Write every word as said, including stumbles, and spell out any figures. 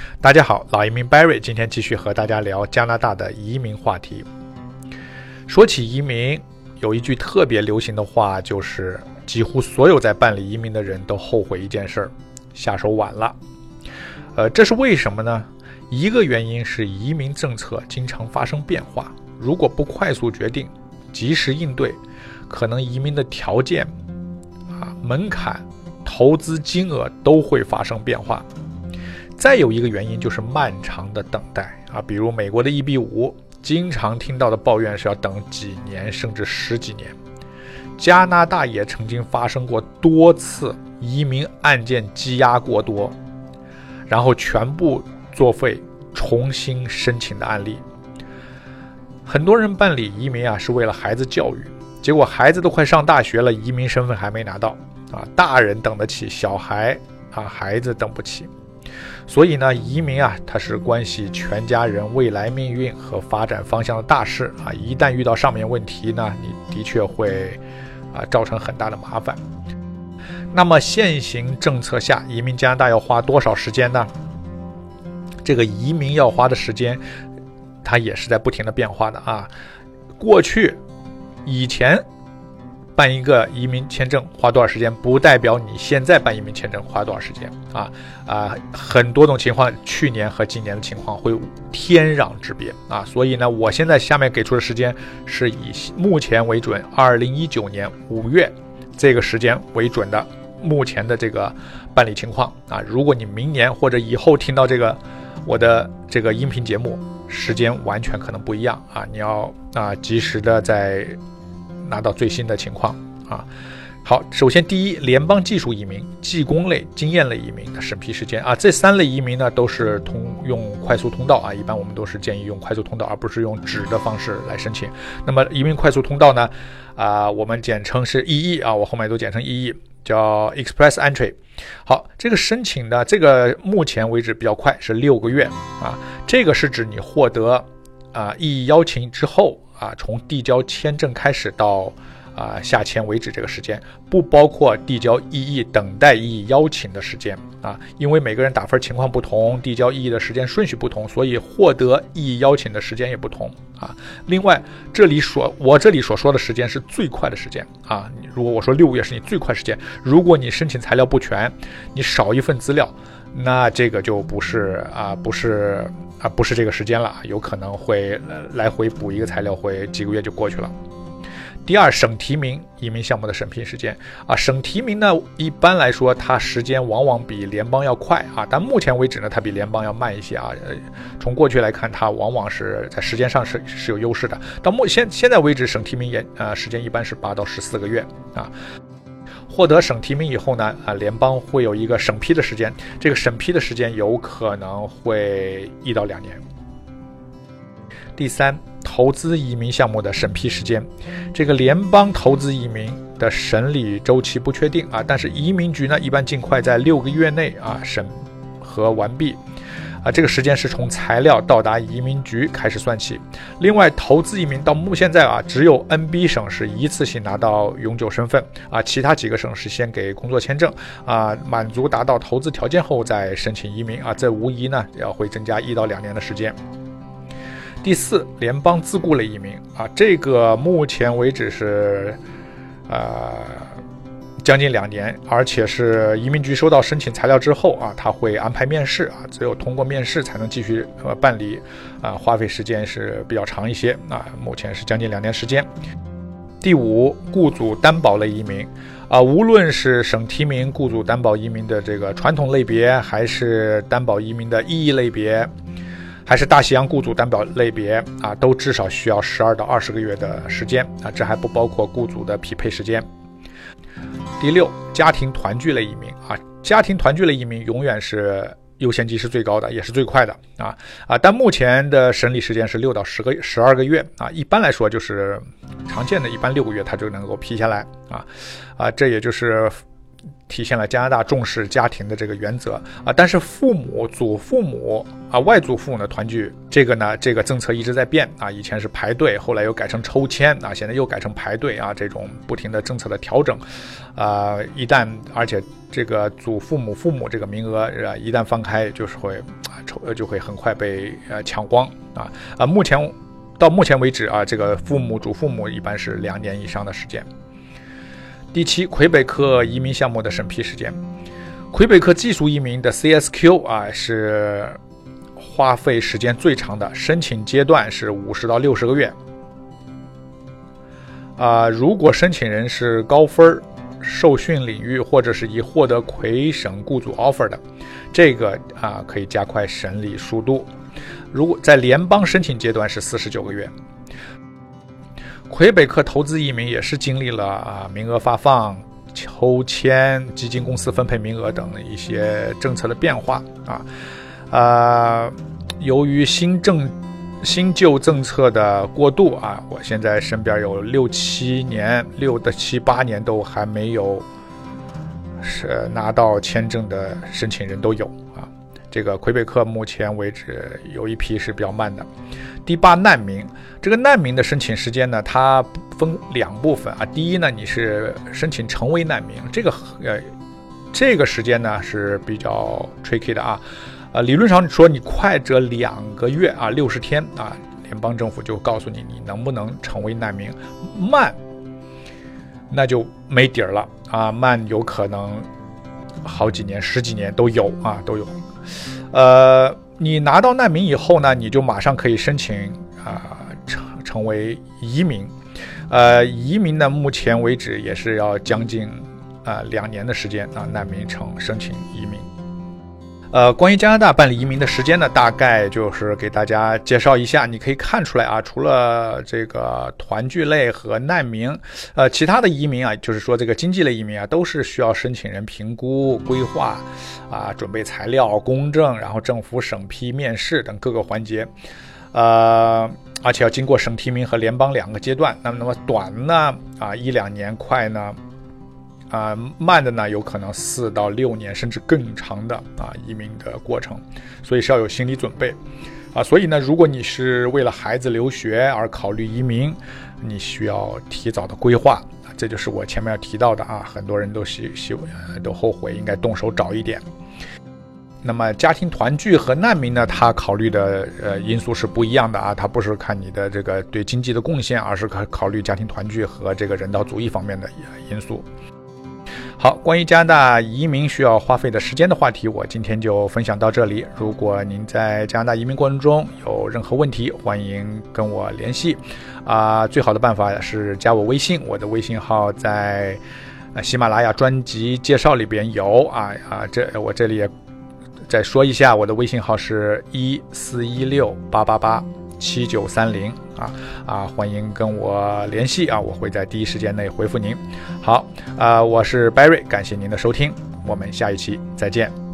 大家好，老移民 Barry 今天继续和大家聊加拿大的移民话题。说起移民，有一句特别流行的话，就是几乎所有在办理移民的人都后悔一件事儿，下手晚了。呃，这是为什么呢？一个原因是移民政策经常发生变化，如果不快速决定，及时应对，可能移民的条件、啊门槛、投资金额都会发生变化。再有一个原因就是漫长的等待啊，比如美国的 E B 五，经常听到的抱怨是要等几年甚至十几年。加拿大也曾经发生过多次移民案件积压过多，然后全部作废重新申请的案例。很多人办理移民啊是为了孩子教育，结果孩子都快上大学了，移民身份还没拿到啊，大人等得起，小孩啊孩子等不起。所以呢，移民啊，它是关系全家人未来命运和发展方向的大事啊。一旦遇到上面问题呢，你的确会啊造成很大的麻烦。那么现行政策下，移民加拿大要花多少时间呢？这个移民要花的时间，它也是在不停的变化的啊。过去以前办一个移民签证花多少时间，不代表你现在办移民签证花多少时间啊啊！很多种情况，去年和今年的情况会天壤之别啊！所以呢，我现在下面给出的时间是以目前为准，二零一九年五月这个时间为准的目前的这个办理情况啊！如果你明年或者以后听到这个我的这个音频节目，时间完全可能不一样啊！你要啊及时的在拿到最新的情况啊。好，首先第一，联邦技术移民、技工类、经验类移民的审批时间啊，这三类移民呢都是通用快速通道啊，一般我们都是建议用快速通道，而不是用纸的方式来申请。那么移民快速通道呢，啊，我们简称是 E E 啊，我后面都简称 E E， 叫 Express Entry。好，这个申请呢，这个目前为止比较快，是六个月啊，这个是指你获得啊 E E 邀请之后。啊，从递交签证开始到啊下签为止这个时间，不包括递交异议、等待异议邀请的时间啊，因为每个人打分情况不同，递交异议的时间顺序不同，所以获得异议邀请的时间也不同啊。另外，这里所我这里所说的时间是最快的时间啊。如果我说六个月是你最快时间，如果你申请材料不全，你少一份资料，那这个就不是啊，不是。啊，不是这个时间了，有可能会来回补一个材料，会几个月就过去了。第二，省提名移民项目的审批时间啊，省提名呢，一般来说它时间往往比联邦要快啊，但目前为止呢，它比联邦要慢一些啊。从过去来看，它往往是在时间上是是有优势的。到目现现在为止，省提名也呃时间一般是八到十四个月啊。获得省提名以后呢，啊，联邦会有一个审批的时间，这个审批的时间有可能会一到两年。第三，投资移民项目的审批时间，这个联邦投资移民的审理周期不确定啊，但是移民局呢一般尽快在六个月内啊审核完毕。啊，这个时间是从材料到达移民局开始算起。另外，投资移民到目现在啊，只有 N B 省是一次性拿到永久身份啊，其他几个省是先给工作签证啊，满足达到投资条件后再申请移民啊，这无疑呢要会增加一到两年的时间。第四，联邦自雇类移民啊，这个目前为止是呃。将近两年，而且是移民局收到申请材料之后啊，他会安排面试啊，只有通过面试才能继续呃办理啊，花费时间是比较长一些啊，目前是将近两年时间。第五，雇主担保类移民啊，无论是省提名雇主担保移民的这个传统类别，还是担保移民的异议类别，还是大西洋雇主担保类别啊，都至少需要十二到二十个月的时间啊，这还不包括雇主的匹配时间。第六，家庭团聚类移民啊，家庭团聚类移民永远是优先级是最高的，也是最快的啊啊！但目前的审理时间是六到十个十二个月啊，一般来说就是常见的，一般六个月它就能够批下来啊啊！这也就是体现了加拿大重视家庭的这个原则啊。但是父母、祖父母啊、外祖父呢团聚，这个呢，这个政策一直在变啊。以前是排队，后来又改成抽签啊，现在又改成排队啊。这种不停的政策的调整，啊，一旦而且这个祖父母、父母这个名额啊，一旦放开，就是会啊抽就会很快被呃抢光啊啊。目前到目前为止啊，这个父母、祖父母一般是两年以上的时间。第七，魁北克移民项目的审批时间。魁北克技术移民的 C S Q 啊，是花费时间最长的，申请阶段是五十到六十个月。啊，如果申请人是高分受训领域或者是已获得魁省雇主 offer 的，这个啊可以加快审理速度。如果在联邦申请阶段是四十九个月。魁北克投资移民也是经历了啊名额发放、抽签、基金公司分配名额等一些政策的变化啊。呃，由于新政新旧政策的过渡啊，我现在身边有六七年、六到七八年都还没有是拿到签证的申请人都有啊。这个魁北克目前为止有一批是比较慢的。第八，难民。这个难民的申请时间呢，它分两部分啊。第一呢，你是申请成为难民，这个呃，这个时间呢是比较 tricky 的啊。呃，理论上说你快则两个月啊，六十天啊，联邦政府就告诉你你能不能成为难民。慢，那就没底儿了啊，慢有可能好几年、十几年都有啊，都有。呃。你拿到难民以后呢，你就马上可以申请啊、呃、成成为移民，呃，移民呢目前为止也是要将近啊、呃、两年的时间啊，难民成申请移民。呃，关于加拿大办理移民的时间呢，大概就是给大家介绍一下。你可以看出来啊，除了这个团聚类和难民，呃，其他的移民啊，就是说这个经济类移民啊，都是需要申请人评估、规划啊、准备材料、公证，然后政府审批、面试等各个环节，呃，而且要经过省提名和联邦两个阶段。那么，那么短呢啊一两年，快呢。啊、呃，慢的呢，有可能四到六年，甚至更长的啊移民的过程，所以是要有心理准备啊。所以呢，如果你是为了孩子留学而考虑移民，你需要提早的规划。这就是我前面要提到的啊，很多人都希希都后悔应该动手早一点。那么家庭团聚和难民呢，他考虑的呃因素是不一样的啊，他不是看你的这个对经济的贡献，而是考考虑家庭团聚和这个人道主义方面的因素。好，关于加拿大移民需要花费的时间的话题，我今天就分享到这里。如果您在加拿大移民过程中有任何问题，欢迎跟我联系啊、呃。最好的办法是加我微信，我的微信号在喜马拉雅专辑介绍里边有啊啊，这我这里也再说一下，我的微信号是一四一六八八八七九三零啊啊，欢迎跟我联系啊，我会在第一时间内回复您。好啊，我是 Barry， 感谢您的收听，我们下一期再见。